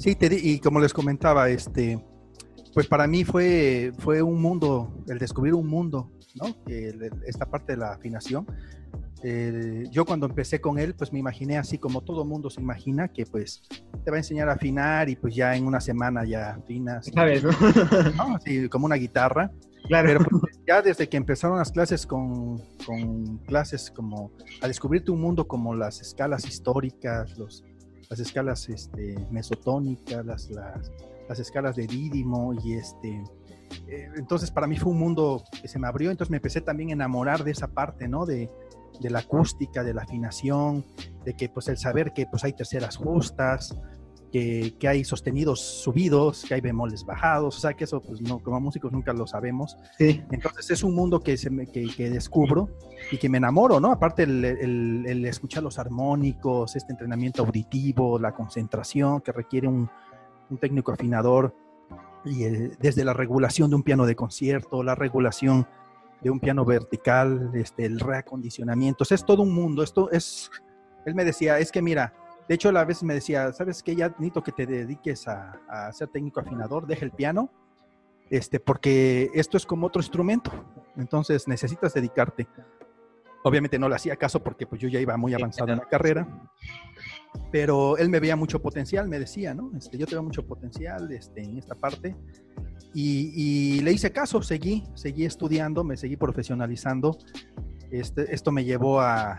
Sí, y como les comentaba, pues para mí fue un mundo, el descubrir un mundo, ¿no? Esta parte de la afinación. Yo cuando empecé con él, pues me imaginé así como todo mundo se imagina, que pues te va a enseñar a afinar y pues ya en una semana ya afinas. ¿Sabes, no? ¿No? Así como una guitarra. Claro. Pero pues, ya desde que empezaron las clases con clases como a descubrirte un mundo como las escalas históricas, las escalas mesotónicas, las escalas de Dídimo y entonces para mí fue un mundo que se me abrió, entonces me empecé también a enamorar de esa parte, ¿no? De la acústica, de la afinación, de que pues el saber que pues hay terceras justas, que hay sostenidos subidos, que hay bemoles bajados, o sea que eso pues no, como músicos nunca lo sabemos. Sí. Entonces es un mundo que descubro y que me enamoro, ¿no? Aparte el escuchar los armónicos, este entrenamiento auditivo, la concentración que requiere un técnico afinador, y desde la regulación de un piano de concierto, la regulación de un piano vertical, el reacondicionamiento, o sea, es todo un mundo. Él me decía, es que mira, de hecho, a veces me decía, ¿sabes qué? Ya necesito que te dediques a ser técnico afinador, deja el piano, porque esto es como otro instrumento, entonces necesitas dedicarte. Obviamente no le hacía caso porque pues yo ya iba muy avanzado en la carrera, pero él me veía mucho potencial, me decía, ¿no? Yo te veo mucho potencial en esta parte, y le hice caso, seguí estudiando, me seguí profesionalizando. Esto me llevó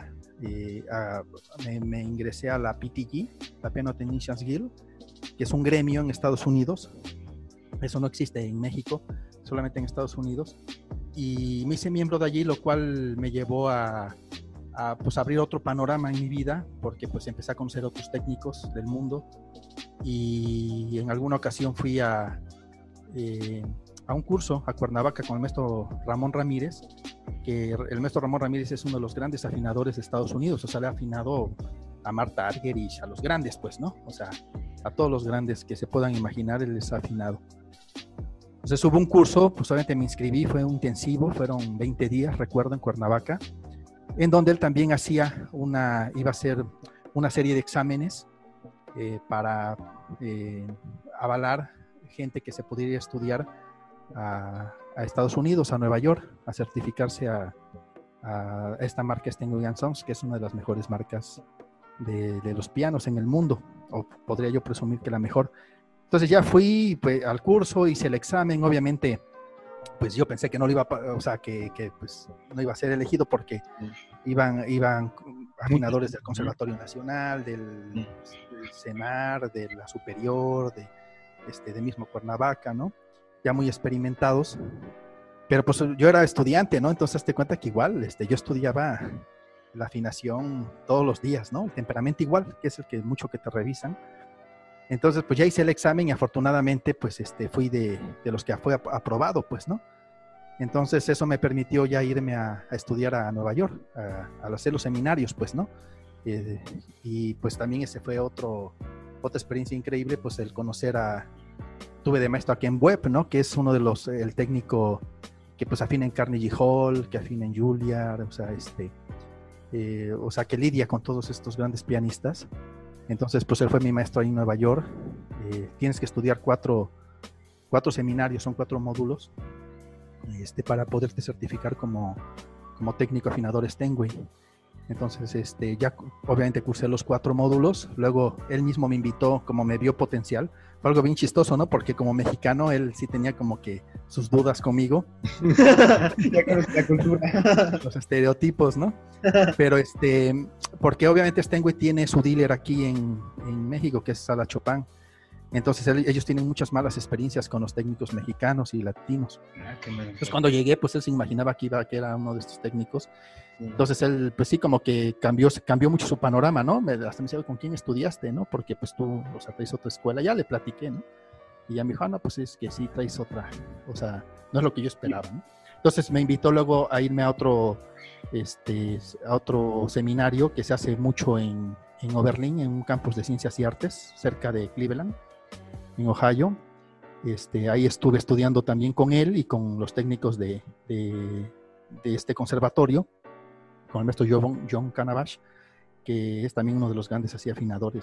me ingresé a la PTG, la Piano Technicians Guild, que es un gremio en Estados Unidos. Eso no existe en México, solamente en Estados Unidos. Y me hice miembro de allí, lo cual me llevó a pues abrir otro panorama en mi vida, porque pues empecé a conocer otros técnicos del mundo, y en alguna ocasión fui a un curso a Cuernavaca con el maestro Ramón Ramírez, que el maestro Ramón Ramírez es uno de los grandes afinadores de Estados Unidos, o sea, le ha afinado a Martha Argerich, a los grandes, pues, ¿no? O sea, a todos los grandes que se puedan imaginar, él les ha afinado. Entonces hubo un curso, pues obviamente me inscribí, fue un intensivo, fueron 20 días, recuerdo, en Cuernavaca, en donde él también iba a hacer una serie de exámenes para avalar gente que se pudiera estudiar a Estados Unidos, a Nueva York, a certificarse a esta marca Steinway & Sons, que es una de las mejores marcas de los pianos en el mundo, o podría yo presumir que la mejor. Entonces ya fui pues, al curso, hice el examen, obviamente pues yo pensé que no lo iba a, o sea, que pues no iba a ser elegido porque iban afinadores del Conservatorio Nacional, del CENAR, de la Superior, de mismo Cuernavaca, ¿no? Ya muy experimentados, pero pues yo era estudiante, ¿no? Entonces te cuenta que igual yo estudiaba la afinación todos los días, ¿no? El temperamento igual, que es el que mucho que te revisan. Entonces pues ya hice el examen y afortunadamente pues fui de los que fue aprobado, pues, ¿no? Entonces eso me permitió ya irme a estudiar a Nueva York, a hacer los seminarios, pues, ¿no? Y pues también ese fue otra experiencia increíble, pues el conocer tuve de maestro a Ken Webb, ¿no? Que es uno de el técnico que pues afina en Carnegie Hall, que afina en Juilliard, o sea, que lidia con todos estos grandes pianistas. Entonces, pues él fue mi maestro ahí en Nueva York. Tienes que estudiar cuatro seminarios, son 4 módulos, para poderte certificar como técnico afinador Steinway. Entonces, ya obviamente cursé los 4 módulos, luego él mismo me invitó, como me vio potencial. Fue algo bien chistoso, ¿no? Porque como mexicano, él sí tenía como que sus dudas conmigo. Ya conocí la cultura. Los estereotipos, ¿no? Pero porque obviamente Steinway tiene su dealer aquí en México, que es Sala Chopin. Entonces ellos tienen muchas malas experiencias con los técnicos mexicanos y latinos. Entonces cuando llegué, pues él se imaginaba que era uno de estos técnicos. Entonces él, pues sí, como que cambió mucho su panorama, ¿no? Hasta me decía, ¿con quién estudiaste, no? Porque pues tú, o sea, traes otra escuela. Ya le platiqué, ¿no? Y ya me dijo, no, pues es que sí, traes otra, o sea, no es lo que yo esperaba, ¿no? Entonces me invitó luego a irme a otro seminario que se hace mucho en Oberlin, en un campus de ciencias y artes, cerca de Cleveland, en Ohio. Ahí estuve estudiando también con él y con los técnicos de este conservatorio, con el maestro John Canabash, que es también uno de los grandes así afinadores, ¿no?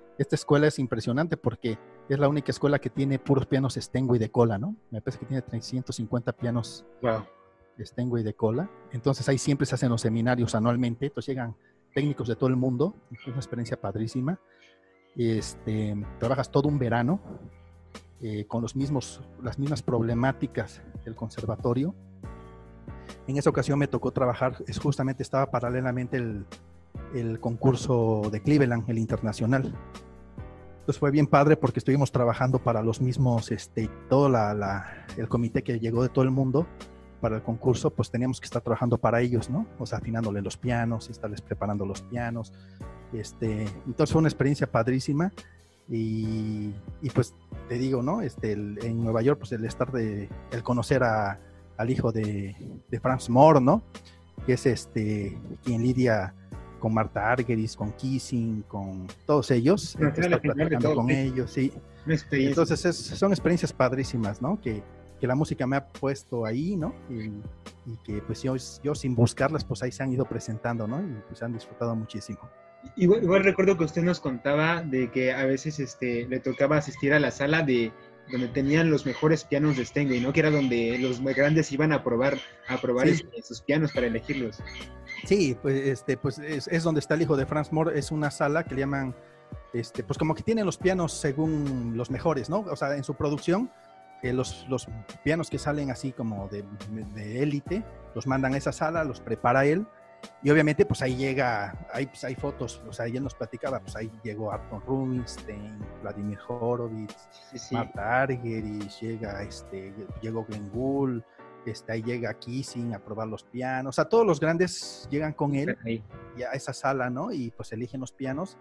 esta escuela es impresionante porque es la única escuela que tiene puros pianos Steinway de cola, ¿no? Me parece que tiene 350 pianos Wow. Steinway de cola. Entonces ahí siempre se hacen los seminarios anualmente. Entonces llegan técnicos de todo el mundo. Es una experiencia padrísima. Trabajas todo un verano con las mismas problemáticas del conservatorio. En esa ocasión me tocó trabajar, justamente estaba paralelamente el concurso de Cleveland, el internacional. Entonces fue bien padre porque estuvimos trabajando para los mismos, todo el comité que llegó de todo el mundo para el concurso, pues teníamos que estar trabajando para ellos, ¿no? O sea, afinándole los pianos, estarles preparando los pianos. Entonces fue una experiencia padrísima y pues te digo, ¿no? En Nueva York, pues el conocer al hijo de Franz Moore, ¿no? Que es quien lidia con Martha Argerich, con Kissing, con todos ellos, estar platicando con ellos, sí. Entonces son experiencias padrísimas, ¿no? Que la música me ha puesto ahí, ¿no? Y que pues yo sin buscarlas, pues ahí se han ido presentando, ¿no? Y pues han disfrutado muchísimo. Igual recuerdo que usted nos contaba de que a veces le tocaba asistir a la sala de donde tenían los mejores pianos de Steinway, ¿no? Que era donde los grandes iban a probar sí, sus pianos para elegirlos. Sí, pues, es donde está el hijo de Franz Moore. Es una sala que le llaman, pues como que tienen los pianos según los mejores, ¿no? O sea, en su producción, los pianos que salen así como de élite, los mandan a esa sala, los prepara él. Y obviamente, pues ahí hay fotos, o sea, él nos platicaba, pues ahí llegó Arthur Rubinstein, Vladimir Horowitz, sí. Martha Argerich, llegó Glenn Gould, ahí llega Kissing a probar los pianos, o sea, todos los grandes llegan con él a esa sala, ¿no? Y pues eligen los pianos,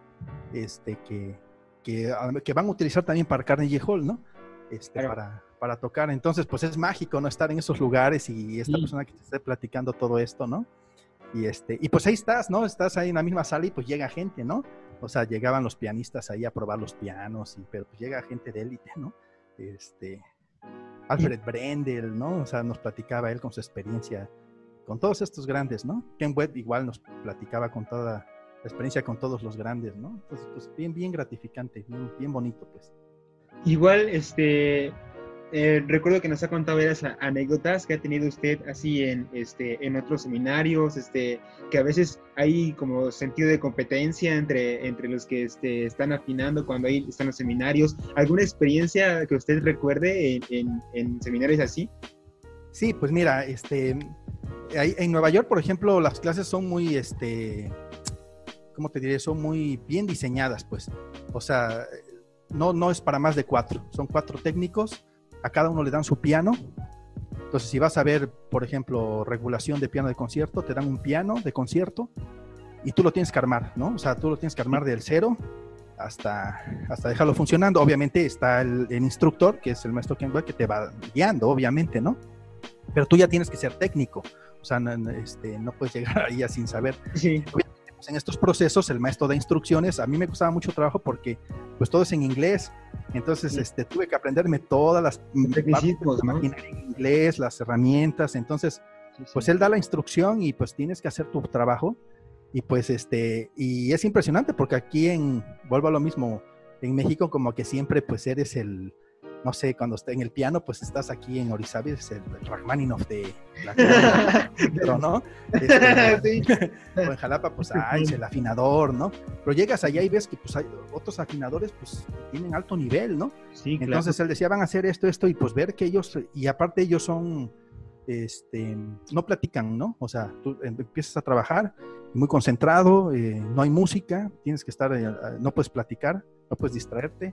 que van a utilizar también para Carnegie Hall, ¿no? Claro. para tocar. Entonces, pues es mágico, ¿no? Estar en esos lugares y esta persona que te esté platicando todo esto, ¿no? Y pues ahí estás, ¿no? Estás ahí en la misma sala y pues llega gente, ¿no? O sea, llegaban los pianistas ahí a probar los pianos, pero pues llega gente de élite, ¿no? Alfred Brendel, ¿no? O sea, nos platicaba él con su experiencia con todos estos grandes, ¿no? Ken Webb igual nos platicaba con toda la experiencia con todos los grandes, ¿no? Entonces, pues bien, bien gratificante, bien, bien bonito, pues. Igual, recuerdo que nos ha contado varias anécdotas que ha tenido usted así en otros seminarios, que a veces hay como sentido de competencia entre los que están afinando cuando ahí están los seminarios. ¿Alguna experiencia que usted recuerde en seminarios así? Sí, pues mira, en Nueva York, por ejemplo, las clases son muy, ¿cómo te diré? Son muy bien diseñadas, pues. O sea, no es para más de 4, son 4 técnicos. A cada uno le dan su piano. Entonces, si vas a ver, por ejemplo, regulación de piano de concierto, te dan un piano de concierto y tú lo tienes que armar, ¿no? O sea, tú lo tienes que armar del cero hasta dejarlo funcionando. Obviamente está el instructor, que es el maestro Ken Webb, que te va guiando, obviamente, ¿no? Pero tú ya tienes que ser técnico. O sea, no puedes llegar ahí sin saber. Sí. En estos procesos, el maestro da instrucciones. A mí me costaba mucho trabajo porque pues todo es en inglés. Entonces, tuve que aprenderme todas las maquinaria en inglés, las herramientas. Entonces, pues él da la instrucción y pues tienes que hacer tu trabajo. Y pues, y es impresionante porque aquí vuelvo a lo mismo, en México como que siempre pues eres no sé, cuando está en el piano, pues estás aquí en Orizaba, es el Rachmaninoff de la pero, ¿no? Sí. O en Jalapa, pues, es el afinador, ¿no? Pero llegas allá y ves que pues hay otros afinadores, pues, que tienen alto nivel, ¿no? Sí, claro. Entonces él decía, van a hacer esto, y pues ver que ellos, y aparte ellos son, no platican, ¿no? O sea, tú empiezas a trabajar muy concentrado, no hay música, tienes que estar, no puedes platicar, no puedes distraerte.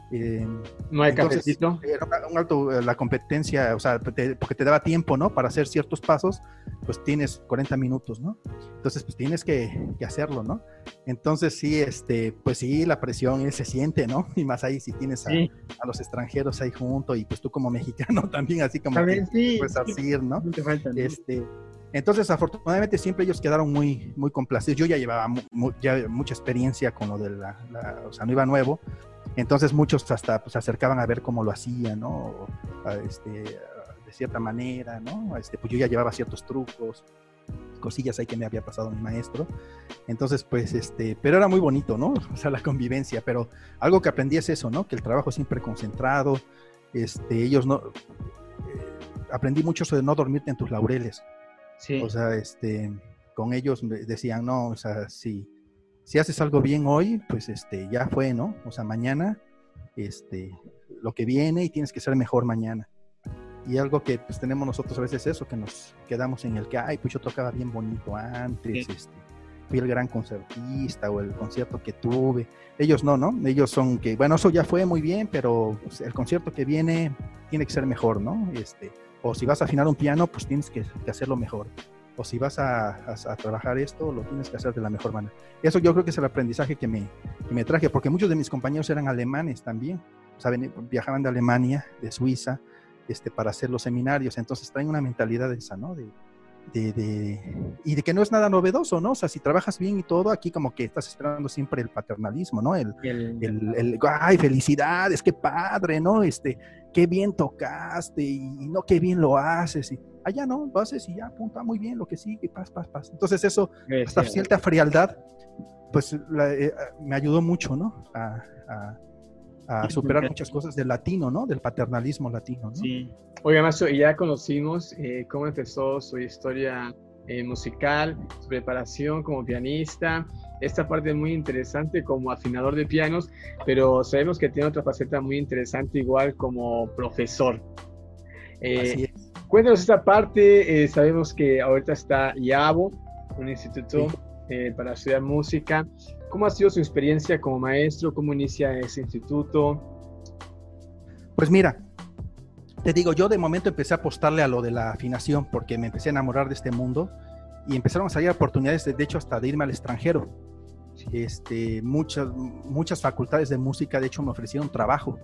No hay cafecito. Un alto, la competencia, o sea, porque te daba tiempo, ¿no? Para hacer ciertos pasos, pues tienes 40 minutos, ¿no? Entonces, pues tienes que hacerlo, ¿no? Entonces, sí, pues sí, la presión se siente, ¿no? Y más ahí si tienes a los extranjeros ahí junto y pues tú como mexicano también, así como también, que puedes asir, ¿no? No te falta, ¿no? Entonces, afortunadamente, siempre ellos quedaron muy, muy complacidos. Yo ya llevaba ya mucha experiencia con lo de o sea, no iba nuevo. Entonces, muchos hasta pues, se acercaban a ver cómo lo hacían, ¿no? De cierta manera, ¿no? Pues yo ya llevaba ciertos trucos. cosillas ahí que me había pasado mi maestro. Entonces, pues, pero era muy bonito, ¿no? O sea, la convivencia, pero algo que aprendí es eso, ¿no? Que el trabajo siempre concentrado, ellos no, aprendí mucho sobre no dormirte en tus laureles. Sí. O sea, con ellos me decían, no, o sea, si haces algo bien hoy, pues, ya fue, ¿no? O sea, mañana, lo que viene y tienes que ser mejor mañana. Y algo que pues tenemos nosotros a veces eso, que nos quedamos en el que, ay, pues yo tocaba bien bonito antes, Sí. Fui el gran concertista o el concierto que tuve. Ellos no, ¿no? Ellos son que, bueno, eso ya fue muy bien, pero pues, el concierto que viene tiene que ser mejor, ¿no? O si vas a afinar un piano, pues tienes que hacerlo mejor. O si vas a trabajar esto, lo tienes que hacer de la mejor manera. Eso yo creo que es el aprendizaje que me traje, porque muchos de mis compañeros eran alemanes también. O sea, viajaban de Alemania, de Suiza, para hacer los seminarios, entonces traen una mentalidad esa, ¿no? Y de que no es nada novedoso, ¿no? O sea, si trabajas bien y todo, aquí como que estás esperando siempre el paternalismo, ¿no? Ay, felicidades, qué padre, ¿no? Qué bien tocaste y no, qué bien lo haces. Y allá no, lo haces y ya, punto, muy bien, lo que sigue, paz. Entonces eso, hasta cierta frialdad, pues me ayudó mucho, ¿no? A superar muchas cosas del latino, ¿no? Del paternalismo latino, ¿no? Sí. Oiga, maestro, ya conocimos cómo empezó su historia musical, su preparación como pianista, esta parte muy interesante como afinador de pianos, pero sabemos que tiene otra faceta muy interesante igual como profesor. Así es. Cuéntanos esta parte, sabemos que ahorita está IABO, un instituto para estudiar música. ¿Cómo ha sido su experiencia como maestro? ¿Cómo inicia ese instituto? Pues mira, te digo, yo de momento empecé a apostarle a lo de la afinación porque me empecé a enamorar de este mundo y empezaron a salir oportunidades, de hecho, hasta de irme al extranjero. Muchas facultades de música, de hecho, me ofrecieron trabajo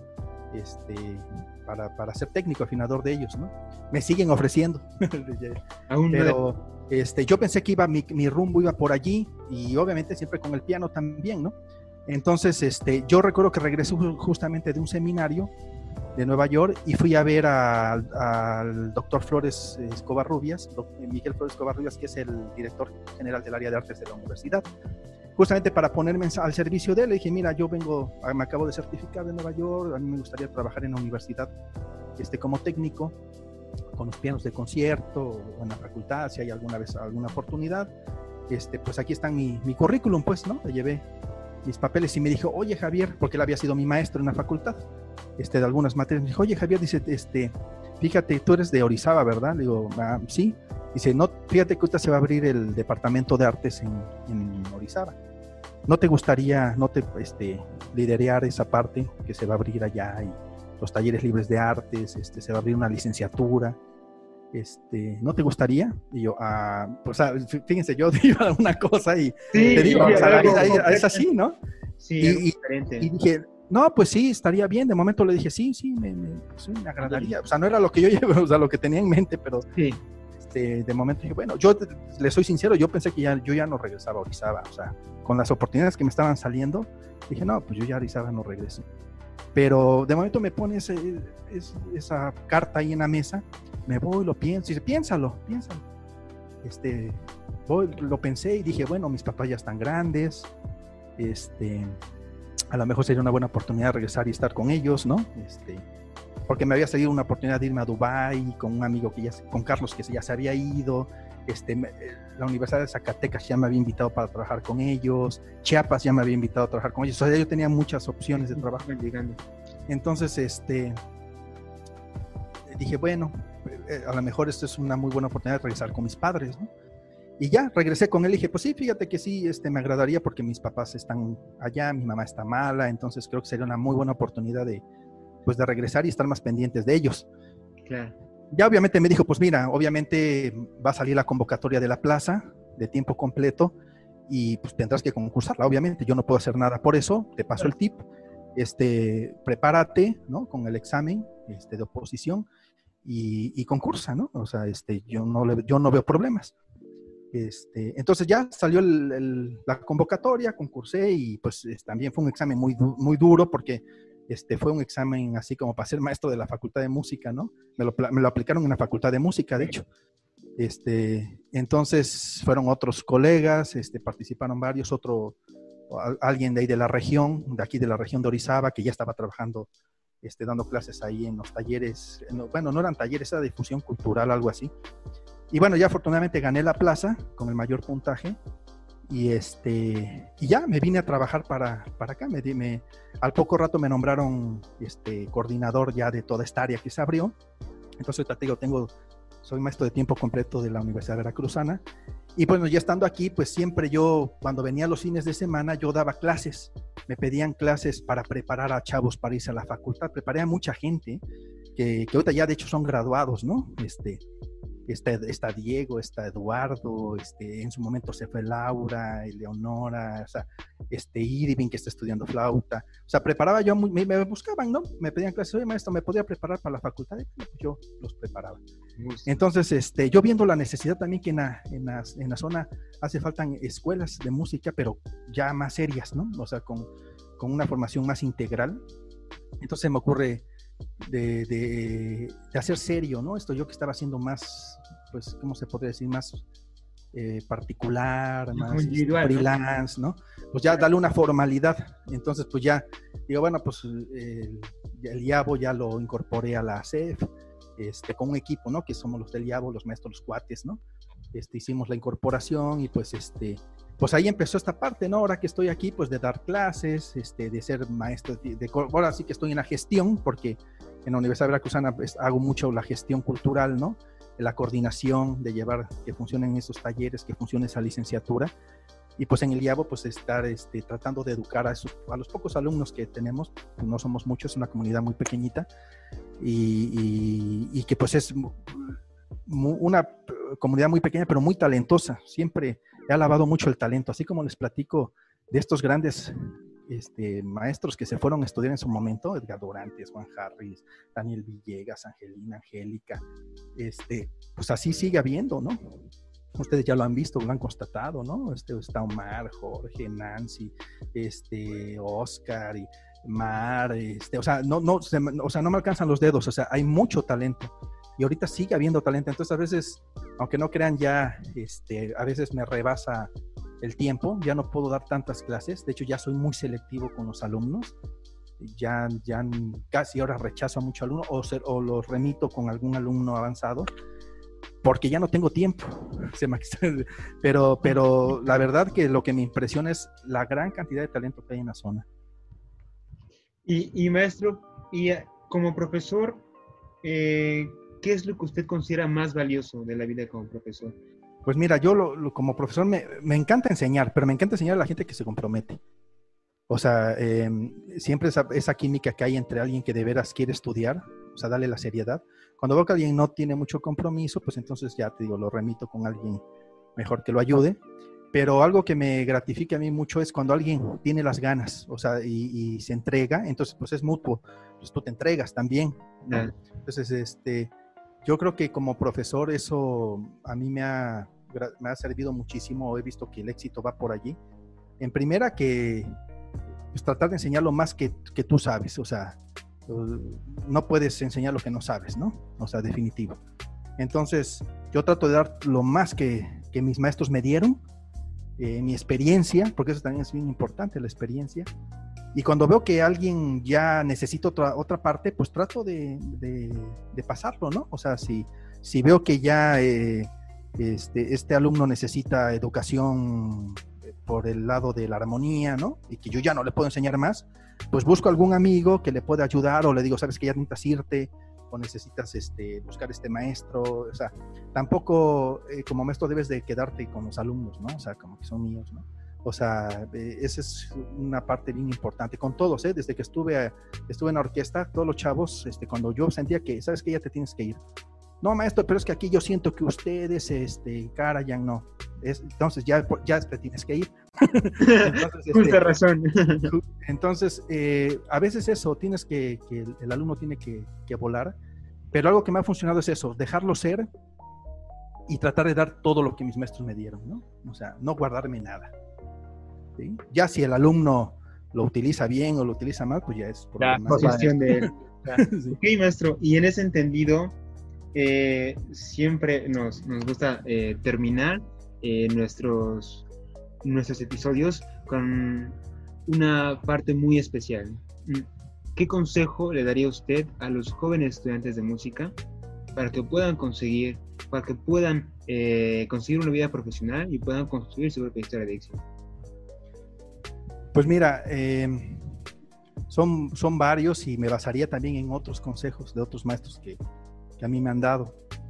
para ser técnico afinador de ellos, ¿no? Me siguen ofreciendo. Pero yo pensé que mi rumbo iba por allí y obviamente siempre con el piano también, ¿no? Entonces, yo recuerdo que regresé justamente de un seminario de Nueva York y fui a ver al doctor Flores Escobarrubias, Miguel Flores Escobarrubias, que es el director general del área de artes de la universidad, justamente para ponerme al servicio de él. Le dije, mira, yo me acabo de certificar de Nueva York, a mí me gustaría trabajar en la universidad como técnico, con los pianos de concierto o en la facultad, si hay alguna oportunidad, pues aquí está mi currículum, pues, ¿no? Le llevé mis papeles y me dijo, oye, Javier, porque él había sido mi maestro en la facultad, de algunas materias, me dijo, oye, Javier, dice, fíjate, tú eres de Orizaba, ¿verdad? Le digo, sí. Dice, no, fíjate que ahorita se va a abrir el departamento de artes en Orizaba. ¿No te gustaría, liderear esa parte que se va a abrir allá y los talleres libres de artes, se va a abrir una licenciatura? ¿No te gustaría? Y yo, pues, fíjense, yo iba a una cosa y te digo, la vida es así, ¿no? Sí, y dije, no, pues sí, estaría bien. De momento le dije, sí, me agradaría. O sea, no era lo que yo llevo, o sea, lo que tenía en mente, pero sí. De momento dije, bueno, yo le soy sincero, yo pensé que yo ya no regresaba a Orizaba. O sea, con las oportunidades que me estaban saliendo, dije, no, pues yo ya a Orizaba no regreso. Pero de momento me pone esa carta ahí en la mesa, me voy, lo pienso, y dice, piénsalo. Lo pensé y dije, bueno, mis papás ya están grandes, a lo mejor sería una buena oportunidad de regresar y estar con ellos, ¿no? Porque me había salido una oportunidad de irme a Dubái con un amigo con Carlos, que ya se había ido. La Universidad de Zacatecas ya me había invitado para trabajar con ellos, Chiapas ya me había invitado a trabajar con ellos, o sea, yo tenía muchas opciones de trabajo. Entonces, dije, bueno, a lo mejor esto es una muy buena oportunidad de regresar con mis padres, ¿no? Y ya, regresé con él y dije, pues sí, fíjate que sí, me agradaría porque mis papás están allá, mi mamá está mala, entonces creo que sería una muy buena oportunidad de regresar y estar más pendientes de ellos. Claro. Ya obviamente me dijo, pues mira, obviamente va a salir la convocatoria de la plaza de tiempo completo y pues tendrás que concursarla, obviamente, yo no puedo hacer nada por eso, te paso el tip, prepárate, ¿no? Con el examen de oposición y concursa, ¿no? O sea, yo no veo problemas. Entonces ya salió la convocatoria, concursé y pues también fue un examen muy, muy duro porque fue un examen así como para ser maestro de la facultad de música, ¿no? Me lo aplicaron en la facultad de música, de hecho. Entonces fueron otros colegas, participaron varios, alguien de ahí de la región, de aquí de la región de Orizaba, que ya estaba trabajando, dando clases ahí en los talleres, bueno, no eran talleres, era difusión cultural, algo así. Y bueno, ya afortunadamente gané la plaza con el mayor puntaje y ya me vine a trabajar para acá. Al poco rato me nombraron coordinador ya de toda esta área que se abrió. Entonces te digo, soy maestro de tiempo completo de la Universidad Veracruzana. Y bueno, ya estando aquí, pues siempre yo, cuando venía los fines de semana, yo daba clases. Me pedían clases para preparar a chavos para irse a la facultad. Preparé a mucha gente que ahorita ya de hecho son graduados, ¿no? Está Diego, está Eduardo, en su momento se fue Laura, Eleonora, o sea, Irving, que está estudiando flauta. O sea, preparaba yo, me buscaban, ¿no? Me pedían clases, oye, maestro, ¿me podía preparar para la facultad? Y pues yo los preparaba. Entonces, yo viendo la necesidad también que en la zona hace falta escuelas de música, pero ya más serias, ¿no? O sea, con una formación más integral. Entonces me ocurre de hacer serio, ¿no? Esto yo que estaba haciendo más, pues, ¿cómo se podría decir? Más particular, más individual, freelance, ¿no? Pues ya darle una formalidad. Entonces, pues ya, digo, bueno, pues el IABO ya lo incorporé a la CEF, con un equipo, ¿no? Que somos los del IABO, los maestros, los cuates, ¿no? Hicimos la incorporación y pues pues ahí empezó esta parte, ¿no? Ahora que estoy aquí, pues de dar clases, de ser maestro, ahora sí que estoy en la gestión, porque en la Universidad Veracruzana pues, hago mucho la gestión cultural, ¿no? La coordinación de llevar que funcionen esos talleres, que funcione esa licenciatura. Y pues en el IABO, pues estar tratando de educar a los pocos alumnos que tenemos, pues no somos muchos, es una comunidad muy pequeñita, y que pues es una comunidad muy pequeña, pero muy talentosa. Siempre he alabado mucho el talento, así como les platico de estos grandes maestros que se fueron a estudiar en su momento, Edgar Dorantes, Juan Harris, Daniel Villegas, Angelina, Angélica, pues así sigue habiendo, ¿no? Ustedes ya lo han visto, lo han constatado, ¿no? Está Omar, Jorge, Nancy, Oscar y Mar, o sea, no me alcanzan los dedos, o sea, hay mucho talento. Y ahorita sigue habiendo talento. Entonces a veces, aunque no crean ya, a veces me rebasa el tiempo, ya no puedo dar tantas clases. De hecho, ya soy muy selectivo con los alumnos. Ya casi ahora rechazo a muchos alumnos o los remito con algún alumno avanzado porque ya no tengo tiempo. Pero la verdad que lo que me impresiona es la gran cantidad de talento que hay en la zona. Y maestro, como profesor, ¿qué es lo que usted considera más valioso de la vida como profesor? Pues mira, yo como profesor me encanta enseñar, pero me encanta enseñar a la gente que se compromete. O sea, siempre esa química que hay entre alguien que de veras quiere estudiar, o sea, darle la seriedad. Cuando veo que alguien no tiene mucho compromiso, pues entonces ya te digo, lo remito con alguien mejor que lo ayude. Pero algo que me gratifica a mí mucho es cuando alguien tiene las ganas, o sea, y se entrega, entonces pues es mutuo, pues tú te entregas también, ¿no? Entonces, yo creo que como profesor eso a mí me ha servido muchísimo. He visto que el éxito va por allí. En primera, que pues, tratar de enseñar lo más que tú sabes. O sea, no puedes enseñar lo que no sabes, ¿no? O sea, definitivo. Entonces, yo trato de dar lo más que mis maestros me dieron, mi experiencia, porque eso también es bien importante, la experiencia. Y cuando veo que alguien ya necesita otra parte, pues trato de pasarlo, ¿no? O sea, si veo que ya este alumno necesita educación por el lado de la armonía, ¿no? Y que yo ya no le puedo enseñar más, pues busco algún amigo que le pueda ayudar o le digo, sabes que ya necesitas irte o necesitas buscar maestro. O sea, tampoco como maestro debes de quedarte con los alumnos, ¿no? O sea, como que son míos, ¿no? O sea, esa es una parte bien importante con todos, desde que estuve en la orquesta, todos los chavos, cuando yo sentía que, sabes que ya te tienes que ir. No, maestro, pero es que aquí yo siento que ustedes, Karajan, no. Entonces ya te tienes que ir. Entonces, justa razón. Entonces, a veces eso, tienes que el alumno tiene que volar, pero algo que me ha funcionado es eso, dejarlo ser y tratar de dar todo lo que mis maestros me dieron, ¿no? O sea, no guardarme nada. ¿Sí? Ya si el alumno lo utiliza bien o lo utiliza mal, pues ya es cuestión de él. Sí. Ok, maestro, y en ese entendido, siempre nos gusta terminar nuestros episodios con una parte muy especial. ¿Qué consejo le daría usted a los jóvenes estudiantes de música para que puedan conseguir una vida profesional y puedan construir su propia historia de éxito? Pues mira, son varios y me basaría también en otros consejos de otros maestros que a mí me han dado.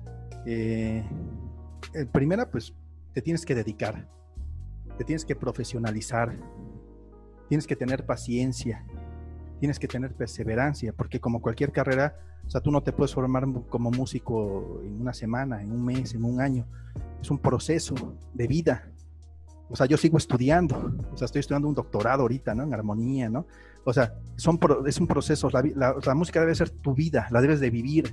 Primera, pues te tienes que dedicar, te tienes que profesionalizar, tienes que tener paciencia, tienes que tener perseverancia, porque como cualquier carrera, o sea, tú no te puedes formar como músico en una semana, en un mes, en un año. Es un proceso de vida. O sea, yo sigo estudiando, o sea, estoy estudiando un doctorado ahorita, ¿no? En armonía, ¿no? O sea, es un proceso, la música debe ser tu vida, la debes de vivir.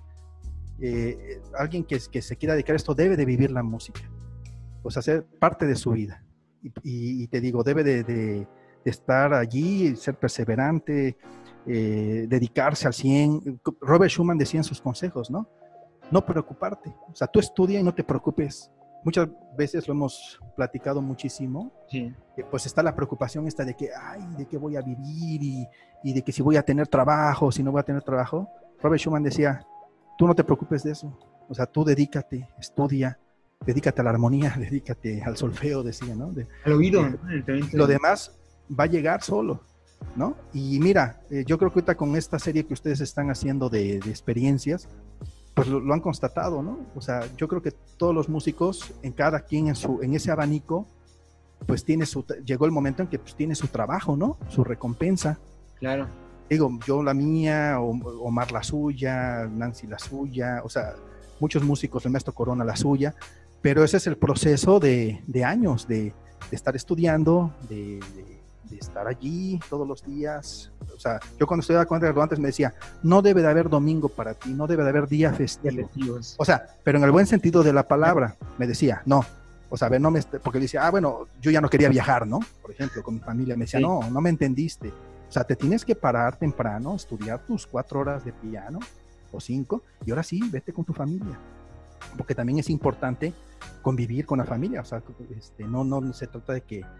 Alguien que se quiera dedicar a esto debe de vivir la música, o sea, ser parte de su vida. Y te digo, debe de estar allí, ser perseverante, dedicarse al 100. Robert Schumann decía en sus consejos, ¿no? No preocuparte, o sea, tú estudia y no te preocupes. Muchas veces lo hemos platicado muchísimo, sí. Pues está la preocupación esta de que, de qué voy a vivir y de que si voy a tener trabajo, si no voy a tener trabajo. Robert Schumann decía, tú no te preocupes de eso, o sea, tú dedícate, estudia, dedícate a la armonía, dedícate al solfeo, decía, ¿no? Al oído. Lo demás va a llegar solo, ¿no? Y mira, yo creo que ahorita con esta serie que ustedes están haciendo de experiencias, pues lo han constatado, ¿no? O sea, yo creo que todos los músicos, en cada quien en ese abanico, pues llegó el momento en que pues, tiene su trabajo, ¿no? Su recompensa. Claro. Digo, yo la mía, Omar la suya, Nancy la suya, o sea, muchos músicos, el maestro Corona la suya, pero ese es el proceso de años, de estar estudiando, de estar allí todos los días. O sea, yo cuando estudiaba con antes me decía, no debe de haber domingo para ti, no debe de haber día festivo. O sea, pero en el buen sentido de la palabra, me decía, no. O sea, a ver, porque le decía, bueno, yo ya no quería viajar, ¿no? Por ejemplo, con mi familia, me decía, sí. No me entendiste. O sea, te tienes que parar temprano, estudiar tus 4 horas de piano, o 5, y ahora sí, vete con tu familia. Porque también es importante convivir con la familia. O sea, no se trata de que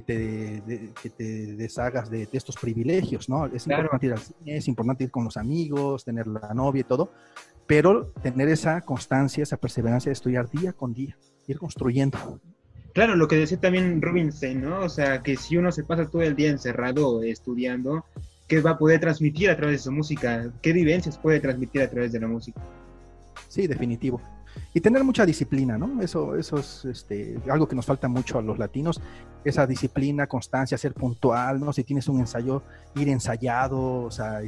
te deshagas de estos privilegios, ¿no? Es importante ir al cine, es importante ir con los amigos, tener la novia y todo, pero tener esa constancia, esa perseverancia de estudiar día con día, ir construyendo. Claro, lo que decía también Rubinstein, ¿no? O sea, que si uno se pasa todo el día encerrado estudiando, ¿qué va a poder transmitir a través de su música? ¿Qué vivencias puede transmitir a través de la música? Sí, definitivo. Y tener mucha disciplina, ¿no? Eso es algo que nos falta mucho a los latinos, esa disciplina, constancia, ser puntual, ¿no? Si tienes un ensayo, ir ensayado, o sea,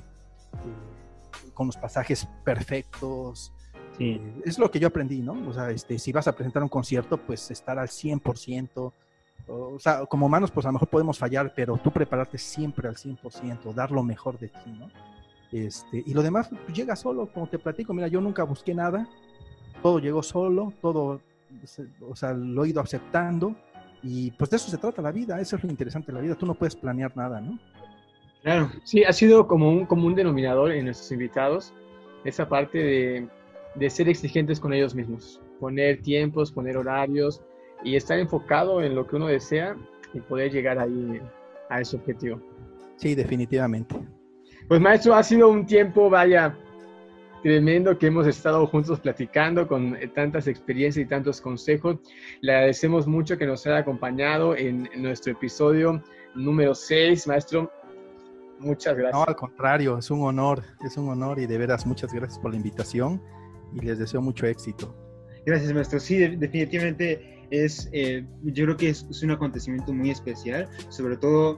con los pasajes perfectos. Sí. Es lo que yo aprendí, ¿no? O sea, si vas a presentar un concierto, pues estar al 100%. O sea, como humanos, pues a lo mejor podemos fallar, pero tú prepararte siempre al 100%, dar lo mejor de ti, ¿no? Y lo demás pues, llega solo, como te platico. Mira, yo nunca busqué nada. Todo llegó solo, todo, o sea, lo he ido aceptando y pues de eso se trata la vida, eso es lo interesante de la vida, tú no puedes planear nada, ¿no? Claro, sí, ha sido como un común denominador en nuestros invitados, esa parte de ser exigentes con ellos mismos, poner tiempos, poner horarios y estar enfocado en lo que uno desea y poder llegar ahí a ese objetivo. Sí, definitivamente. Pues maestro, ha sido un tiempo, vaya, tremendo que hemos estado juntos platicando con tantas experiencias y tantos consejos. Le agradecemos mucho que nos haya acompañado en nuestro episodio número 6, maestro. Muchas gracias. No, al contrario, es un honor y de veras muchas gracias por la invitación y les deseo mucho éxito. Gracias, maestro. Sí, definitivamente yo creo que es un acontecimiento muy especial, sobre todo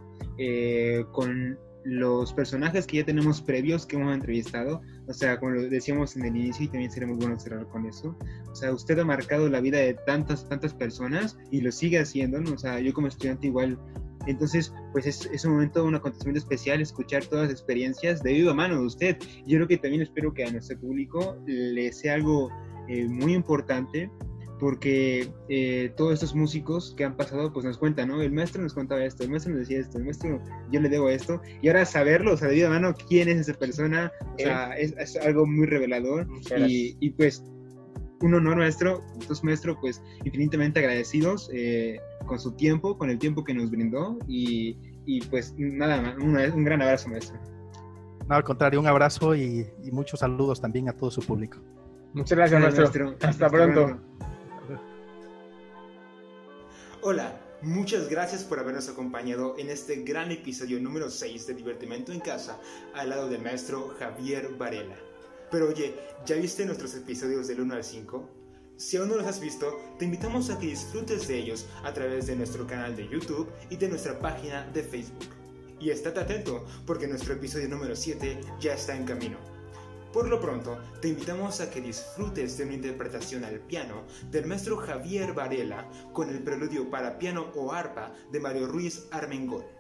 con los personajes que ya tenemos previos que hemos entrevistado. O sea, como lo decíamos en el inicio y también sería muy bueno cerrar con eso, o sea, usted ha marcado la vida de tantas personas y lo sigue haciendo, ¿no? O sea, yo como estudiante igual. Entonces, pues es un momento, un acontecimiento especial escuchar todas las experiencias de viva mano de usted. Yo creo que también espero que a nuestro público le sea algo muy importante, porque todos estos músicos que han pasado pues nos cuentan, ¿no? El maestro nos contaba esto, el maestro nos decía esto, el maestro yo le debo esto, y ahora saberlo, o sea, de viva mano, quién es esa persona, o sea, es algo muy revelador, y pues un honor, maestro, entonces maestro, pues infinitamente agradecidos con su tiempo, con el tiempo que nos brindó, y pues nada más, un gran abrazo, maestro. No, al contrario, un abrazo y muchos saludos también a todo su público. Muchas gracias, maestro. Hasta pronto. Hola, muchas gracias por habernos acompañado en este gran episodio número 6 de Divertimento en Casa, al lado del maestro Javier Varela. Pero oye, ¿ya viste nuestros episodios del 1 al 5? Si aún no los has visto, te invitamos a que disfrutes de ellos a través de nuestro canal de YouTube y de nuestra página de Facebook. Y estate atento, porque nuestro episodio número 7 ya está en camino. Por lo pronto, te invitamos a que disfrutes de una interpretación al piano del maestro Javier Varela con el preludio para piano o arpa de Mario Ruiz Armengol.